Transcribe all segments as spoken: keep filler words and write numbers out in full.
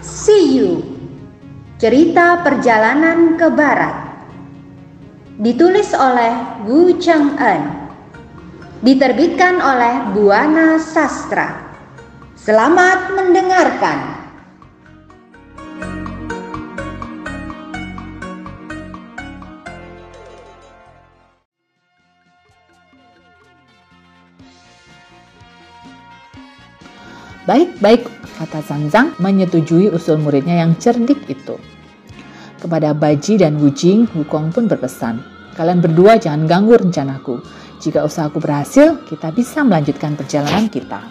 See You, Cerita Perjalanan ke Barat. Ditulis oleh Wu Cheng-en. Diterbitkan oleh Buana Sastra. Selamat mendengarkan. Baik-baik, kata Zanzang menyetujui usul muridnya yang cerdik itu. Kepada Baji dan Wujing, Wukong pun berpesan, kalian berdua jangan ganggu rencanaku. Jika usahaku berhasil, kita bisa melanjutkan perjalanan kita.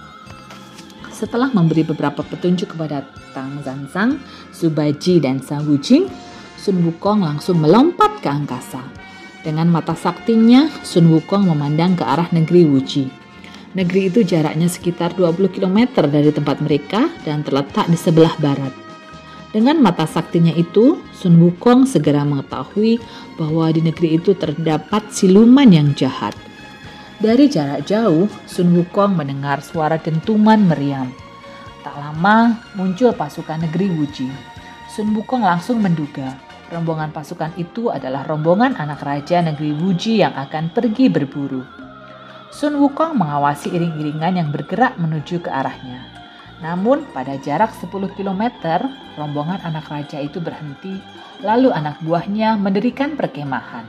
Setelah memberi beberapa petunjuk kepada Tang Zanzang, Su Baji dan Sa Wujing, Sun Wukong langsung melompat ke angkasa. Dengan mata saktinya, Sun Wukong memandang ke arah negeri Wuji. Negeri itu jaraknya sekitar dua puluh kilometer dari tempat mereka dan terletak di sebelah barat. Dengan mata saktinya itu, Sun Wukong segera mengetahui bahwa di negeri itu terdapat siluman yang jahat. Dari jarak jauh, Sun Wukong mendengar suara dentuman meriam. Tak lama muncul pasukan negeri Wuji. Sun Wukong langsung menduga rombongan pasukan itu adalah rombongan anak raja negeri Wuji yang akan pergi berburu. Sun Wukong mengawasi iring-iringan yang bergerak menuju ke arahnya. Namun pada jarak sepuluh kilometer, rombongan anak raja itu berhenti, lalu anak buahnya mendirikan perkemahan.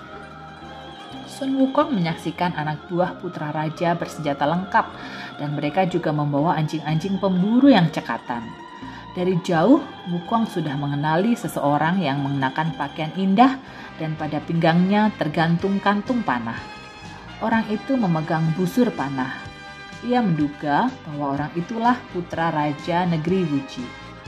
Sun Wukong menyaksikan anak buah putra raja bersenjata lengkap dan mereka juga membawa anjing-anjing pemburu yang cekatan. Dari jauh, Wukong sudah mengenali seseorang yang mengenakan pakaian indah dan pada pinggangnya tergantung kantung panah. Orang itu memegang busur panah. Ia menduga bahwa orang itulah putra raja negeri Wuji.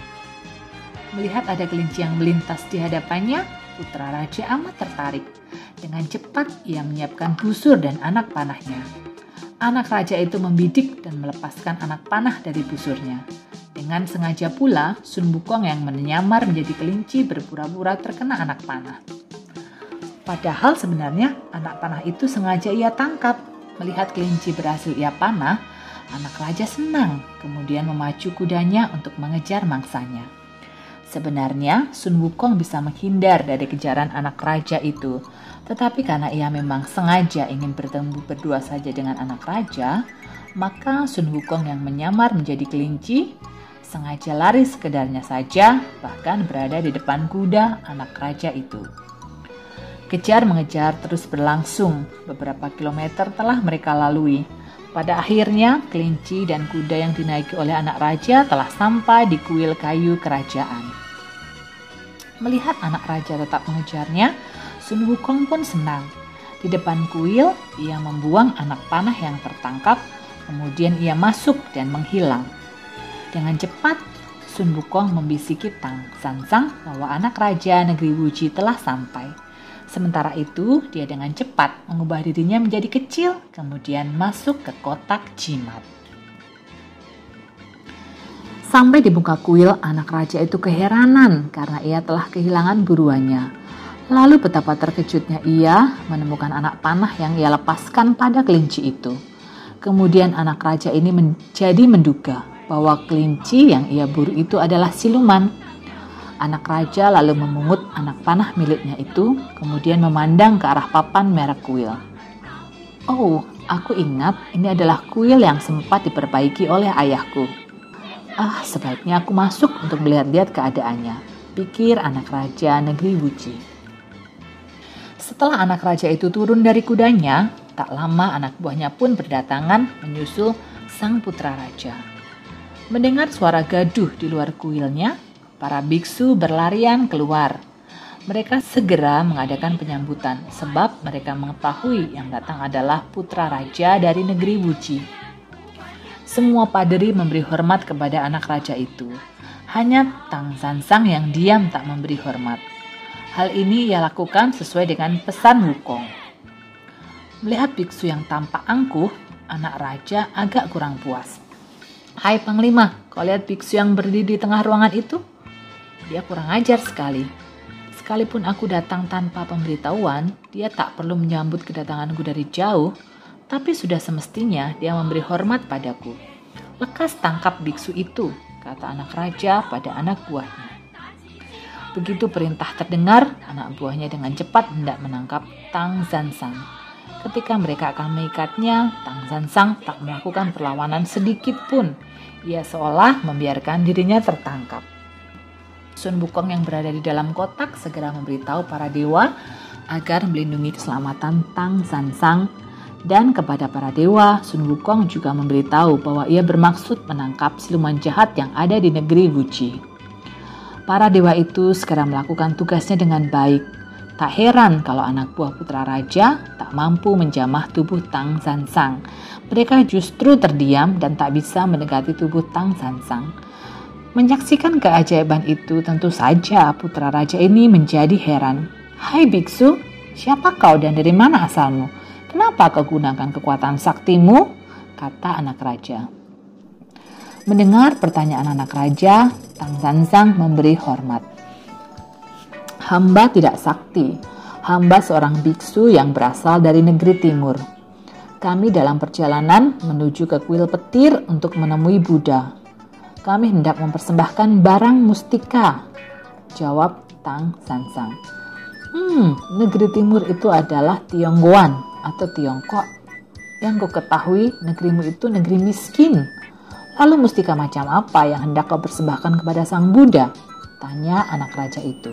Melihat ada kelinci yang melintas di hadapannya, putra raja amat tertarik. Dengan cepat ia menyiapkan busur dan anak panahnya. Anak raja itu membidik dan melepaskan anak panah dari busurnya. Dengan sengaja pula, Sun Wukong yang menyamar menjadi kelinci berpura-pura terkena anak panah. Padahal sebenarnya anak panah itu sengaja ia tangkap. Melihat kelinci berhasil ia panah, anak raja senang, kemudian memacu kudanya untuk mengejar mangsanya. Sebenarnya Sun Wukong bisa menghindar dari kejaran anak raja itu, tetapi karena ia memang sengaja ingin bertemu berdua saja dengan anak raja, maka Sun Wukong yang menyamar menjadi kelinci sengaja lari sekedarnya saja, bahkan berada di depan kuda anak raja itu. Kejar mengejar terus berlangsung. Beberapa kilometer telah mereka lalui. Pada akhirnya, kelinci dan kuda yang dinaiki oleh anak raja telah sampai di kuil kayu kerajaan. Melihat anak raja tetap mengejarnya, Sun Wukong pun senang. Di depan kuil, ia membuang anak panah yang tertangkap, kemudian ia masuk dan menghilang. Dengan cepat, Sun Wukong membisiki Tang Zanzang bahwa anak raja negeri Wuji telah sampai. Sementara itu, dia dengan cepat mengubah dirinya menjadi kecil, kemudian masuk ke kotak jimat. Sampai di muka kuil, anak raja itu keheranan karena ia telah kehilangan buruannya. Lalu betapa terkejutnya ia menemukan anak panah yang ia lepaskan pada kelinci itu. Kemudian anak raja ini menjadi menduga bahwa kelinci yang ia buru itu adalah siluman. Anak raja lalu memungut anak panah miliknya itu, kemudian memandang ke arah papan merek kuil. Oh, aku ingat ini adalah kuil yang sempat diperbaiki oleh ayahku. Ah, sebaiknya aku masuk untuk melihat-lihat keadaannya, pikir anak raja negeri Wuji. Setelah anak raja itu turun dari kudanya, tak lama anak buahnya pun berdatangan menyusul sang putra raja. Mendengar suara gaduh di luar kuilnya, para biksu berlarian keluar. Mereka segera mengadakan penyambutan sebab mereka mengetahui yang datang adalah putra raja dari negeri Wuji. Semua paderi memberi hormat kepada anak raja itu. Hanya Tang Zanzang yang diam tak memberi hormat. Hal ini ia lakukan sesuai dengan pesan Wukong. Melihat biksu yang tampak angkuh, anak raja agak kurang puas. Hai Panglima, kau lihat biksu yang berdiri di tengah ruangan itu? Dia kurang ajar sekali. Sekalipun aku datang tanpa pemberitahuan, dia tak perlu menyambut kedatanganku dari jauh, tapi sudah semestinya dia memberi hormat padaku. Lekas tangkap biksu itu, kata anak raja pada anak buahnya. Begitu perintah terdengar, anak buahnya dengan cepat hendak menangkap Tang Zansang. Ketika mereka akan mengikatnya, Tang Zansang tak melakukan perlawanan sedikit pun. Ia seolah membiarkan dirinya tertangkap. Sun Wukong yang berada di dalam kotak segera memberitahu para dewa agar melindungi keselamatan Tang Zansang. Dan kepada para dewa, Sun Wukong juga memberitahu bahwa ia bermaksud menangkap siluman jahat yang ada di negeri Wuji. Para dewa itu segera melakukan tugasnya dengan baik. Tak heran kalau anak buah putra raja tak mampu menjamah tubuh Tang Zansang. Mereka justru terdiam dan tak bisa mendekati tubuh Tang Zansang. Menyaksikan keajaiban itu, tentu saja putra raja ini menjadi heran. "Hai biksu, siapa kau dan dari mana asalmu? Kenapa kau gunakan kekuatan saktimu?" kata anak raja. Mendengar pertanyaan anak raja, Tang Zansang memberi hormat. "Hamba tidak sakti. Hamba seorang biksu yang berasal dari negeri timur. Kami dalam perjalanan menuju ke kuil petir untuk menemui Buddha. Kami hendak mempersembahkan barang mustika," jawab Tang Zansang. Hmm, negeri timur itu adalah Tionggoan atau Tiongkok. Yang kau ketahui, negerimu itu negeri miskin. Lalu mustika macam apa yang hendak kau persembahkan kepada Sang Buddha? Tanya anak raja itu.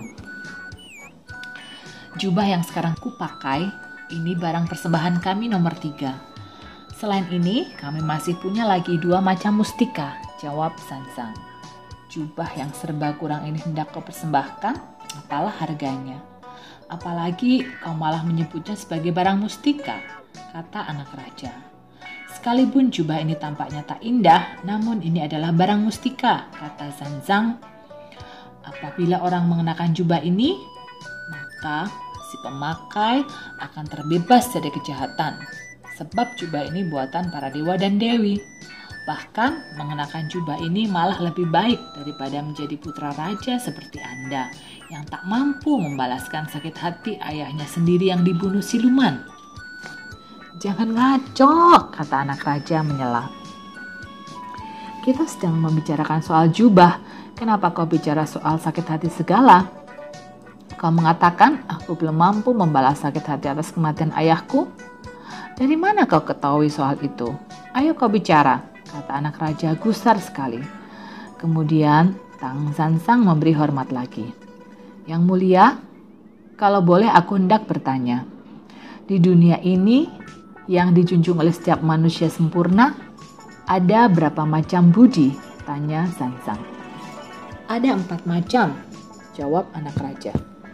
"Jubah yang sekarang kupakai, ini barang persembahan kami nomor tiga. Selain ini, kami masih punya lagi dua macam mustika," jawab Zansang. "Jubah yang serba kurang ini hendak kau persembahkan, apalah harganya? Apalagi kau malah menyebutnya sebagai barang mustika," kata anak raja. "Sekalipun jubah ini tampaknya tak indah, namun ini adalah barang mustika," kata Zansang. "Apabila orang mengenakan jubah ini, maka si pemakai akan terbebas dari kejahatan. Sebab jubah ini buatan para dewa dan dewi. Bahkan mengenakan jubah ini malah lebih baik daripada menjadi putra raja seperti Anda yang tak mampu membalaskan sakit hati ayahnya sendiri yang dibunuh siluman." "Jangan ngaco," kata anak raja menyela. "Kita sedang membicarakan soal jubah. Kenapa kau bicara soal sakit hati segala? Kau mengatakan aku belum mampu membalas sakit hati atas kematian ayahku. Dari mana kau ketahui soal itu? Ayo kau bicara," kata anak raja gusar sekali. Kemudian Tang Zansang memberi hormat lagi. "Yang mulia, kalau boleh aku hendak bertanya. Di dunia ini yang dijunjung oleh setiap manusia sempurna, ada berapa macam budi?" tanya Zansang. "Ada empat macam," jawab anak raja.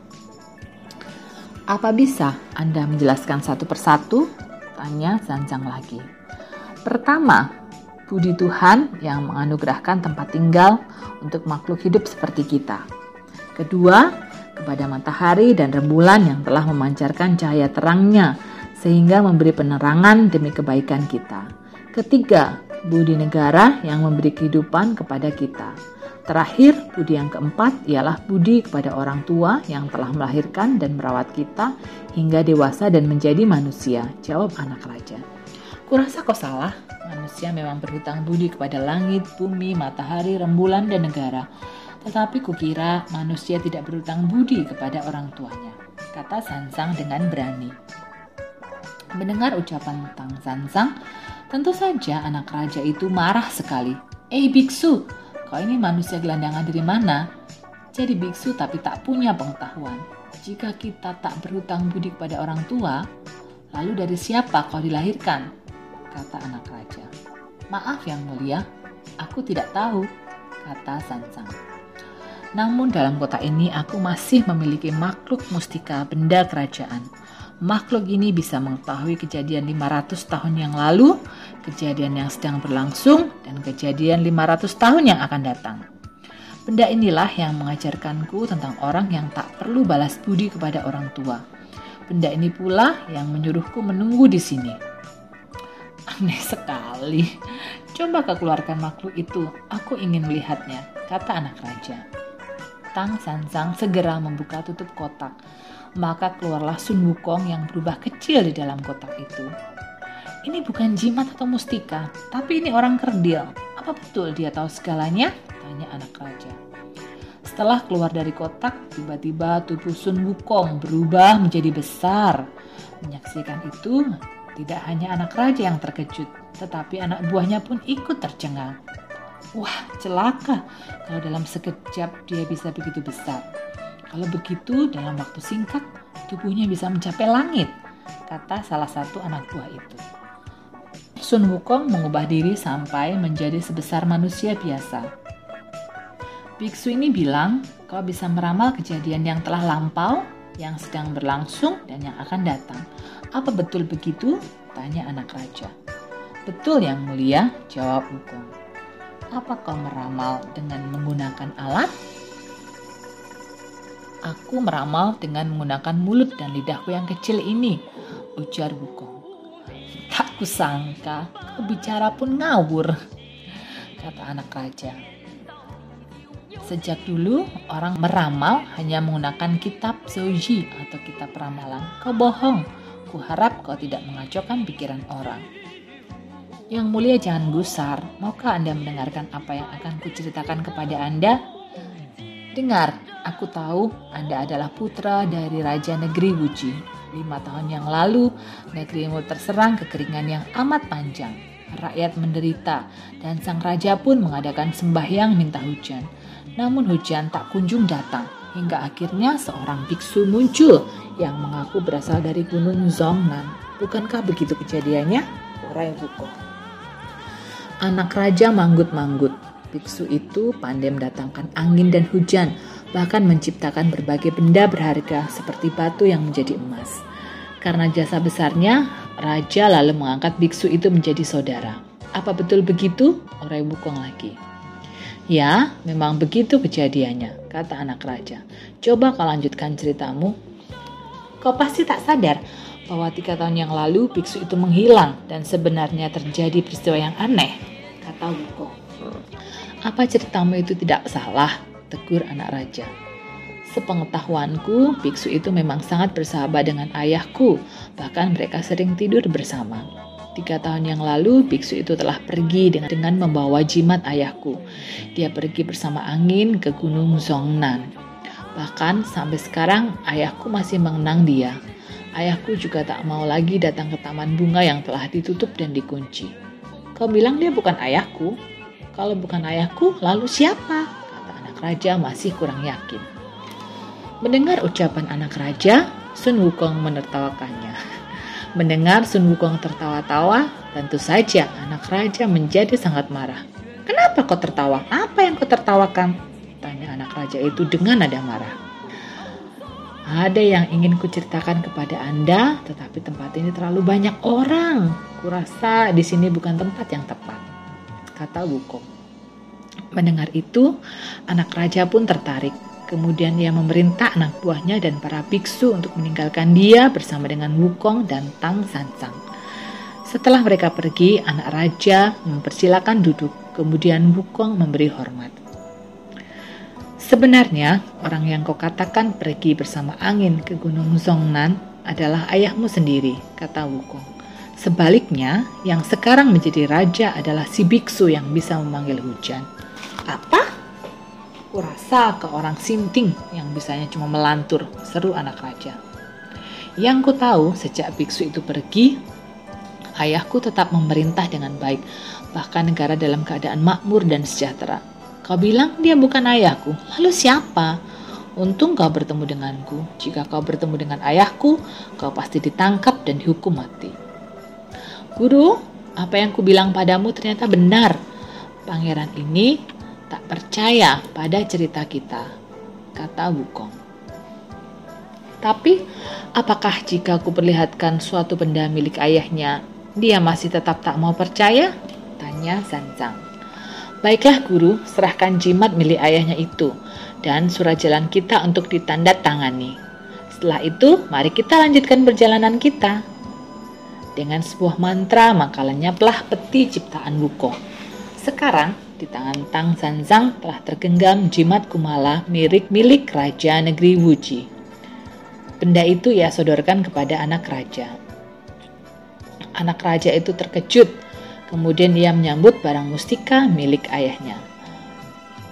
"Apa bisa Anda menjelaskan satu persatu?" tanya Zansang lagi. "Pertama, budi Tuhan yang menganugerahkan tempat tinggal untuk makhluk hidup seperti kita. Kedua, kepada matahari dan rembulan yang telah memancarkan cahaya terangnya sehingga memberi penerangan demi kebaikan kita. Ketiga, budi negara yang memberi kehidupan kepada kita. Terakhir, budi yang keempat ialah budi kepada orang tua yang telah melahirkan dan merawat kita hingga dewasa dan menjadi manusia," jawab anak raja. "Kurasa kau salah. Manusia memang berhutang budi kepada langit, bumi, matahari, rembulan, dan negara. Tetapi kukira manusia tidak berhutang budi kepada orang tuanya," kata Zansang dengan berani. Mendengar ucapan Tang Zansang, tentu saja anak raja itu marah sekali. "Eh biksu, kau ini manusia gelandangan dari mana? Jadi biksu tapi tak punya pengetahuan. Jika kita tak berhutang budi kepada orang tua, lalu dari siapa kau dilahirkan?" kata anak raja. "Maaf yang mulia, aku tidak tahu," kata Zansang. "Namun dalam kota ini aku masih memiliki makhluk mustika benda kerajaan. Makhluk ini bisa mengetahui kejadian lima ratus tahun yang lalu, kejadian yang sedang berlangsung, dan kejadian lima ratus tahun yang akan datang. Benda inilah yang mengajarkanku tentang orang yang tak perlu balas budi kepada orang tua. Benda ini pula yang menyuruhku menunggu di sini." "Aneh sekali. Coba kau keluarkan makhluk itu, aku ingin melihatnya," kata anak raja. Tang Zansang segera membuka tutup kotak. Maka keluarlah Sun Wukong yang berubah kecil di dalam kotak itu. "Ini bukan jimat atau mustika, tapi ini orang kerdil. Apa betul dia tahu segalanya?" tanya anak raja. Setelah keluar dari kotak, tiba-tiba tubuh Sun Wukong berubah menjadi besar. Menyaksikan itu, tidak hanya anak raja yang terkejut, tetapi anak buahnya pun ikut tercengang. Wah, celaka kalau dalam sekejap dia bisa begitu besar. Kalau begitu, dalam waktu singkat, tubuhnya bisa mencapai langit, kata salah satu anak buah itu. Sun Wukong mengubah diri sampai menjadi sebesar manusia biasa. Biksu ini bilang, kau bisa meramal kejadian yang telah lampau, yang sedang berlangsung, dan yang akan datang. Apa betul begitu? Tanya anak raja. Betul yang mulia, jawab Wukong. Apa kau meramal dengan menggunakan alat? Aku meramal dengan menggunakan mulut dan lidahku yang kecil ini, ujar Wukong. Tak kusangka, kau bicara pun ngawur, kata anak raja. Sejak dulu, orang meramal hanya menggunakan kitab Zouji atau kitab ramalan. Kau bohong. Kuharap kau tidak mengacaukan pikiran orang. Yang mulia jangan gusar. Maukah Anda mendengarkan apa yang akan kuceritakan kepada Anda? Dengar, aku tahu Anda adalah putra dari Raja Negeri Wuji. Lima tahun yang lalu, negerimu terserang kekeringan yang amat panjang. Rakyat menderita dan sang raja pun mengadakan sembahyang minta hujan. Namun hujan tak kunjung datang, hingga akhirnya seorang biksu muncul yang mengaku berasal dari gunung Zongnan. Bukankah begitu kejadiannya? Urai Wukong. Anak raja manggut-manggut. Biksu itu pandai mendatangkan angin dan hujan, bahkan menciptakan berbagai benda berharga seperti batu yang menjadi emas. Karena jasa besarnya, raja lalu mengangkat biksu itu menjadi saudara. Apa betul begitu? Urai Wukong lagi. Ya, memang begitu kejadiannya, kata anak raja. Coba kau lanjutkan ceritamu. Kau pasti tak sadar bahwa tiga tahun yang lalu biksu itu menghilang dan sebenarnya terjadi peristiwa yang aneh, kata Wukong. Apa ceritamu itu tidak salah, tegur anak raja. Sepengetahuanku, biksu itu memang sangat bersahabat dengan ayahku, bahkan mereka sering tidur bersama. Tiga tahun yang lalu, biksu itu telah pergi dengan, dengan membawa jimat ayahku. Dia pergi bersama angin ke gunung Zongnan. Bahkan sampai sekarang, ayahku masih mengenang dia. Ayahku juga tak mau lagi datang ke taman bunga yang telah ditutup dan dikunci. Kau bilang dia bukan ayahku? Kalau bukan ayahku, lalu siapa? Kata anak raja masih kurang yakin. Mendengar ucapan anak raja, Sun Wukong menertawakannya. Mendengar Sun Wukong tertawa-tawa, tentu saja anak raja menjadi sangat marah. Kenapa kau tertawa? Apa yang kau tertawakan? Tanya anak raja itu dengan nada marah. Ada yang ingin kuceritakan kepada Anda, tetapi tempat ini terlalu banyak orang. Kurasa di sini bukan tempat yang tepat, kata Wukong. Mendengar itu, anak raja pun tertarik. Kemudian ia memerintah anak buahnya dan para biksu untuk meninggalkan dia bersama dengan Wukong dan Tang Sansang. Setelah mereka pergi, anak raja mempersilakan duduk, kemudian Wukong memberi hormat. Sebenarnya, orang yang kau katakan pergi bersama angin ke gunung Zongnan adalah ayahmu sendiri, kata Wukong. Sebaliknya, yang sekarang menjadi raja adalah si biksu yang bisa memanggil hujan. Apa? Kurasa ke orang sinting yang bisanya cuma melantur, seru anak raja. Yang ku tahu, sejak biksu itu pergi, ayahku tetap memerintah dengan baik, bahkan negara dalam keadaan makmur dan sejahtera. Kau bilang dia bukan ayahku, lalu siapa? Untung kau bertemu denganku. Jika kau bertemu dengan ayahku, kau pasti ditangkap dan dihukum mati. Guru, apa yang ku bilang padamu ternyata benar. Pangeran ini tak percaya pada cerita kita, kata Wukong. Tapi, apakah jika aku perlihatkan suatu benda milik ayahnya, dia masih tetap tak mau percaya? Tanya Sansang. Baiklah guru, serahkan jimat milik ayahnya itu, dan surat jalan kita untuk ditandatangani. Setelah itu, mari kita lanjutkan perjalanan kita. Dengan sebuah mantra, maka lenyaplah peti ciptaan Wukong. Sekarang, di tangan Tang Sansang telah tergenggam jimat kumala milik milik Raja Negeri Wuji. Benda itu ia sodorkan kepada anak raja. Anak raja itu terkejut, kemudian ia menyambut barang mustika milik ayahnya.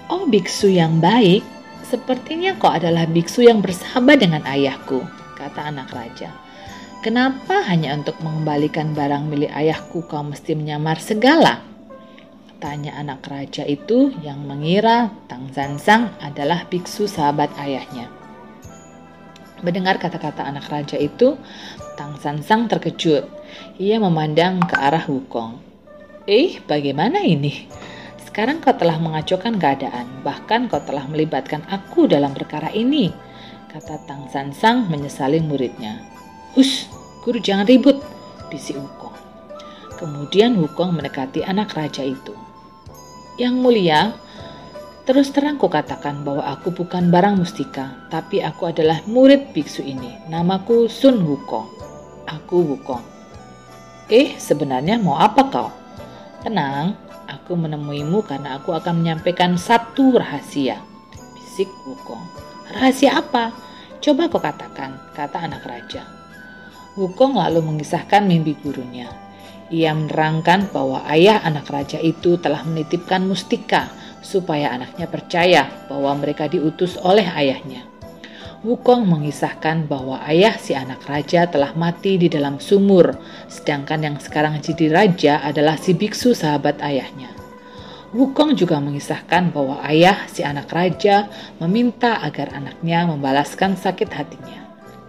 Oh, biksu yang baik, sepertinya kau adalah biksu yang bersahabat dengan ayahku, kata anak raja. Kenapa hanya untuk mengembalikan barang milik ayahku kau mesti menyamar segala? Tanya anak raja itu yang mengira Tang Sanzang adalah biksu sahabat ayahnya. Mendengar kata-kata anak raja itu, Tang Sanzang terkejut. Ia memandang ke arah Wukong. Eh, bagaimana ini? Sekarang kau telah mengacaukan keadaan, bahkan kau telah melibatkan aku dalam perkara ini, kata Tang Sanzang menyesali muridnya. Hush, guru jangan ribut, bisik Wukong. Kemudian Wukong mendekati anak raja itu. Yang mulia, terus terang kukatakan bahwa aku bukan barang mustika, tapi aku adalah murid biksu ini. Namaku Sun Wukong. Aku Wukong. Eh, sebenarnya mau apa kau? Tenang, aku menemuimu karena aku akan menyampaikan satu rahasia, bisik Wukong. Rahasia apa? Coba kau katakan, kata anak raja. Wukong lalu mengisahkan mimpi gurunya. Ia menerangkan bahwa ayah anak raja itu telah menitipkan mustika supaya anaknya percaya bahwa mereka diutus oleh ayahnya. Wukong mengisahkan bahwa ayah si anak raja telah mati di dalam sumur, sedangkan yang sekarang jadi raja adalah si biksu sahabat ayahnya. Wukong juga mengisahkan bahwa ayah si anak raja meminta agar anaknya membalaskan sakit hatinya.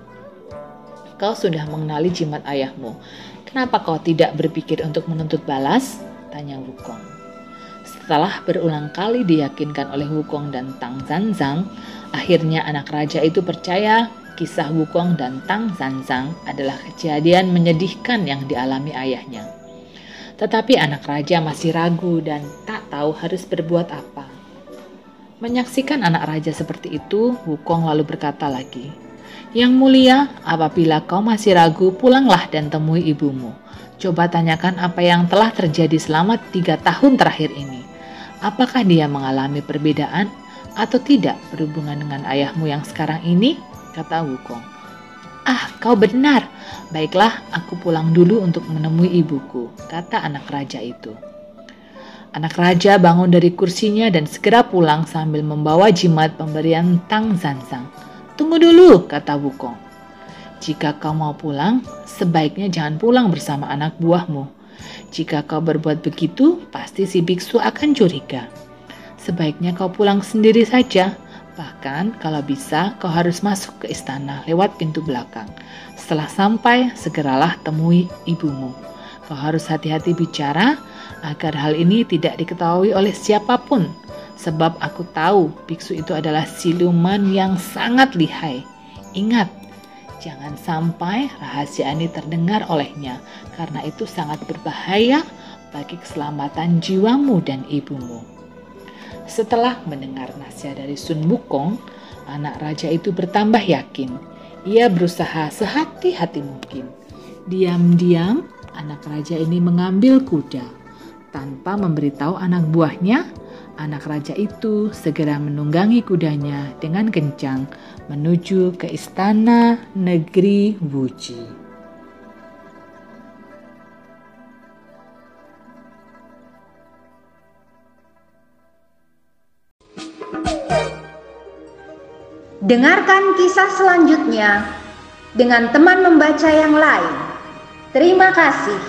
Kau sudah mengenali jimat ayahmu, kenapa kau tidak berpikir untuk menuntut balas? Tanya Wukong. Setelah berulang kali diyakinkan oleh Wukong dan Tang Sanzang, akhirnya anak raja itu percaya kisah Wukong dan Tang Sanzang adalah kejadian menyedihkan yang dialami ayahnya. Tetapi anak raja masih ragu dan tak tahu harus berbuat apa. Menyaksikan anak raja seperti itu, Wukong lalu berkata lagi, Yang mulia, apabila kau masih ragu, pulanglah dan temui ibumu. Coba tanyakan apa yang telah terjadi selama tiga tahun terakhir ini. Apakah dia mengalami perbedaan atau tidak berhubungan dengan ayahmu yang sekarang ini? Kata Wukong. Ah, kau benar. Baiklah, aku pulang dulu untuk menemui ibuku, kata anak raja itu. Anak raja bangun dari kursinya dan segera pulang sambil membawa jimat pemberian Tang Sanzang. Tunggu dulu, kata Wukong. Jika kau mau pulang, sebaiknya jangan pulang bersama anak buahmu. Jika kau berbuat begitu, pasti si biksu akan curiga. Sebaiknya kau pulang sendiri saja. Bahkan kalau bisa kau harus masuk ke istana lewat pintu belakang. Setelah sampai, segeralah temui ibumu. Kau harus hati-hati bicara agar hal ini tidak diketahui oleh siapapun. Sebab aku tahu biksu itu adalah siluman yang sangat lihai. Ingat, jangan sampai rahasia ini terdengar olehnya, karena itu sangat berbahaya bagi keselamatan jiwamu dan ibumu. Setelah mendengar nasihat dari Sun Wukong, anak raja itu bertambah yakin. Ia berusaha sehati-hati mungkin. Diam-diam, anak raja ini mengambil kuda. Tanpa memberitahu anak buahnya, anak raja itu segera menunggangi kudanya dengan kencang menuju ke istana negeri Wuji. Dengarkan kisah selanjutnya dengan teman membaca yang lain. Terima kasih.